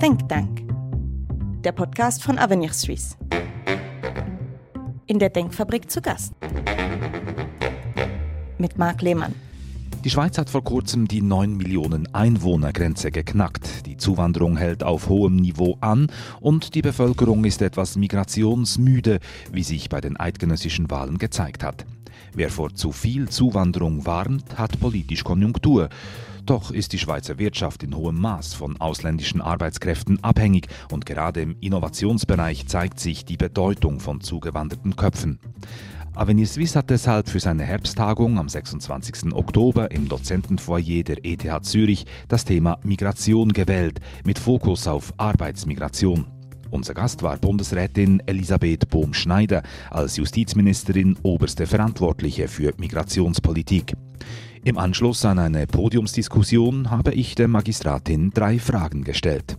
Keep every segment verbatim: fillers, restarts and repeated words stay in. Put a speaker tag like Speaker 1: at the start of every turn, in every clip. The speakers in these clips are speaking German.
Speaker 1: Think Tank, der Podcast von Avenir Suisse. In der Denkfabrik zu Gast mit Marc Lehmann.
Speaker 2: Die Schweiz hat vor kurzem die neun Millionen Einwohner-Grenze geknackt. Die Zuwanderung hält auf hohem Niveau an und die Bevölkerung ist etwas migrationsmüde, wie sich bei den eidgenössischen Wahlen gezeigt hat. Wer vor zu viel Zuwanderung warnt, hat politisch Konjunktur. Doch ist die Schweizer Wirtschaft in hohem Maß von ausländischen Arbeitskräften abhängig und gerade im Innovationsbereich zeigt sich die Bedeutung von zugewanderten Köpfen. Avenir Suisse hat deshalb für seine Herbsttagung am sechsundzwanzigsten Oktober im Dozentenfoyer der E T H Zürich das Thema Migration gewählt, mit Fokus auf Arbeitsmigration. Unser Gast war Bundesrätin Elisabeth Bohm-Schneider, als Justizministerin oberste Verantwortliche für Migrationspolitik. Im Anschluss an eine Podiumsdiskussion habe ich der Magistratin drei Fragen gestellt.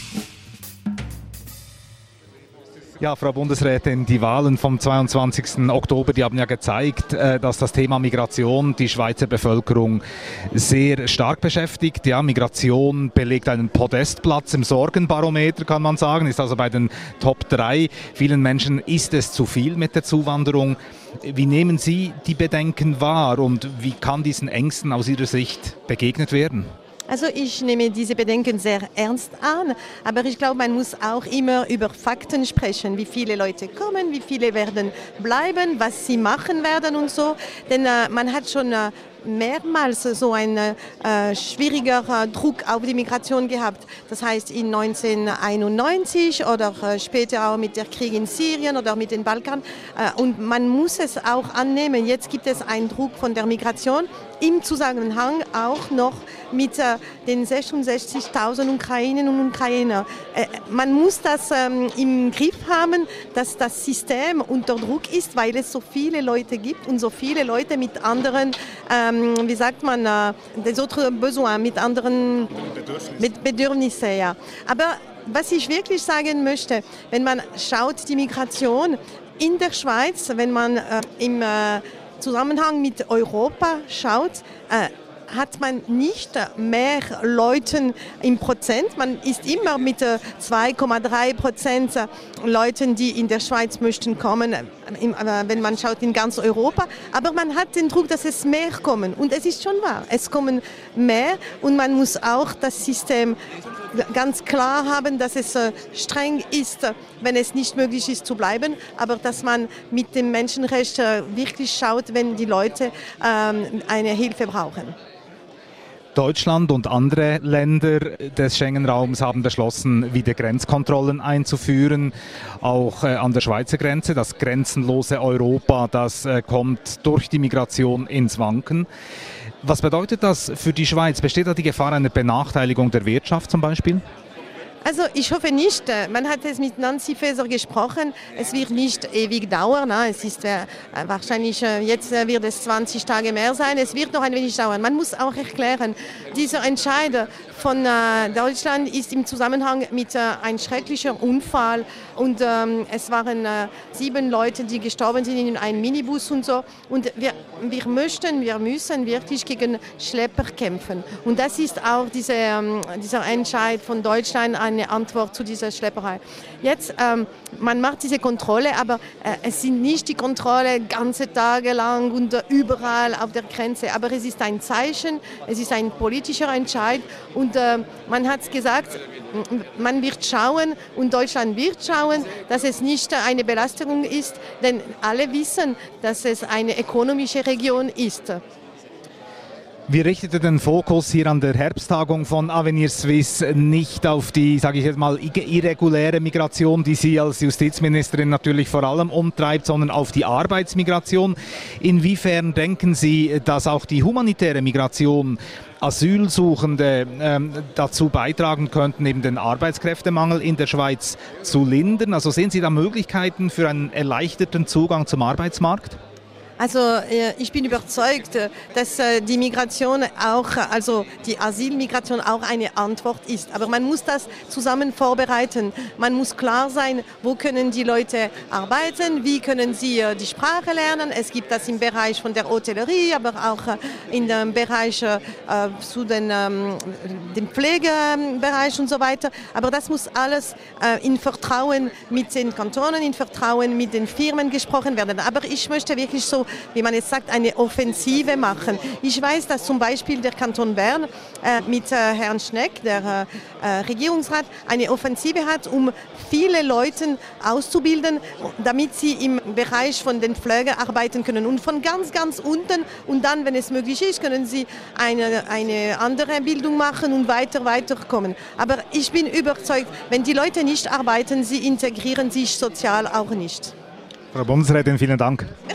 Speaker 2: Ja, Frau Bundesrätin, die Wahlen vom zweiundzwanzigsten Oktober, die haben ja gezeigt, dass das Thema Migration die Schweizer Bevölkerung sehr stark beschäftigt. Ja, Migration belegt einen Podestplatz im Sorgenbarometer, kann man sagen, ist also bei den Top drei. Vielen Menschen ist es zu viel mit der Zuwanderung. Wie nehmen Sie die Bedenken wahr und wie kann diesen Ängsten aus Ihrer Sicht begegnet werden?
Speaker 3: Also ich nehme diese Bedenken sehr ernst an, aber ich glaube, man muss auch immer über Fakten sprechen, wie viele Leute kommen, wie viele werden bleiben, was sie machen werden und so. Denn äh, man hat schon äh, mehrmals so einen äh, schwieriger äh, Druck auf die Migration gehabt. Das heißt in neunzehnhunderteinundneunzig oder äh, später auch mit der Krieg in Syrien oder mit den Balkan. Äh, und man muss es auch annehmen. Jetzt gibt es einen Druck von der Migration im Zusammenhang auch noch mit äh, den sechsundsechzigtausend Ukrainerinnen und Ukrainer. Äh, man muss das ähm, im Griff haben, dass das System unter Druck ist, weil es so viele Leute gibt und so viele Leute mit anderen ähm, wie sagt man, des autres besoins, mit anderen mit Bedürfnissen. Ja. Aber was ich wirklich sagen möchte, wenn man schaut, die Migration in der Schweiz, wenn man äh, im äh, Zusammenhang mit Europa schaut, äh, hat man nicht mehr Leute im Prozent. Man ist immer mit zwei Komma drei Prozent Leuten, die in der Schweiz möchten kommen, wenn man schaut in ganz Europa. Aber man hat den Druck, dass es mehr kommen. Und es ist schon wahr, es kommen mehr und man muss auch das System ganz klar haben, dass es streng ist, wenn es nicht möglich ist zu bleiben, aber dass man mit dem Menschenrecht wirklich schaut, wenn die Leute eine Hilfe brauchen.
Speaker 2: Deutschland und andere Länder des Schengen-Raums haben beschlossen, wieder Grenzkontrollen einzuführen, auch äh, an der Schweizer Grenze. Das grenzenlose Europa, das äh, kommt durch die Migration ins Wanken. Was bedeutet das für die Schweiz? Besteht da die Gefahr einer Benachteiligung der Wirtschaft zum Beispiel?
Speaker 3: Also ich hoffe nicht. Man hat es mit Nancy Faeser gesprochen. Es wird nicht ewig dauern. Es ist äh, wahrscheinlich, äh, jetzt wird es zwanzig Tage mehr sein. Es wird noch ein wenig dauern. Man muss auch erklären, dieser Entscheid von äh, Deutschland ist im Zusammenhang mit äh, einem schrecklichen Unfall. Und ähm, es waren äh, sieben Leute, die gestorben sind in einem Minibus und so. Und wir, wir möchten, wir müssen wirklich gegen Schlepper kämpfen. Und das ist auch diese, ähm, dieser Entscheid von Deutschland, eine Antwort zu dieser Schlepperei. Jetzt, ähm, man macht diese Kontrolle, aber äh, es sind nicht die Kontrolle ganze Tage lang und äh, überall auf der Grenze. Aber es ist ein Zeichen, es ist ein politischer Entscheid und äh, man hat gesagt, man wird schauen und Deutschland wird schauen, dass es nicht eine Belastung ist, denn alle wissen, dass es eine ökonomische Region ist.
Speaker 2: Wir richteten den Fokus hier an der Herbsttagung von Avenir Suisse nicht auf die, sage ich jetzt mal, irreguläre Migration, die Sie als Justizministerin natürlich vor allem umtreibt, sondern auf die Arbeitsmigration. Inwiefern denken Sie, dass auch die humanitäre Migration Asylsuchende ähm, dazu beitragen könnten, eben den Arbeitskräftemangel in der Schweiz zu lindern? Also sehen Sie da Möglichkeiten für einen erleichterten Zugang zum Arbeitsmarkt?
Speaker 3: Also ich bin überzeugt, dass die Migration auch, also die Asylmigration auch eine Antwort ist. Aber man muss das zusammen vorbereiten. Man muss klar sein, wo können die Leute arbeiten, wie können sie die Sprache lernen. Es gibt das im Bereich von der Hotellerie, aber auch in dem Bereich äh, zu den, ähm, dem Pflegebereich und so weiter. Aber das muss alles äh, in Vertrauen mit den Kantonen, in Vertrauen mit den Firmen gesprochen werden. Aber ich möchte wirklich so, wie man jetzt sagt, eine Offensive machen. Ich weiß, dass zum Beispiel der Kanton Bern äh, mit äh, Herrn Schneck, der äh, Regierungsrat, eine Offensive hat, um viele Leute auszubilden, damit sie im Bereich von den Pflege arbeiten können. Und von ganz, ganz unten und dann, wenn es möglich ist, können sie eine, eine andere Bildung machen und weiter, weiterkommen. Aber ich bin überzeugt, wenn die Leute nicht arbeiten, sie integrieren sich sozial auch nicht.
Speaker 4: Frau Bundesrätin, vielen Dank.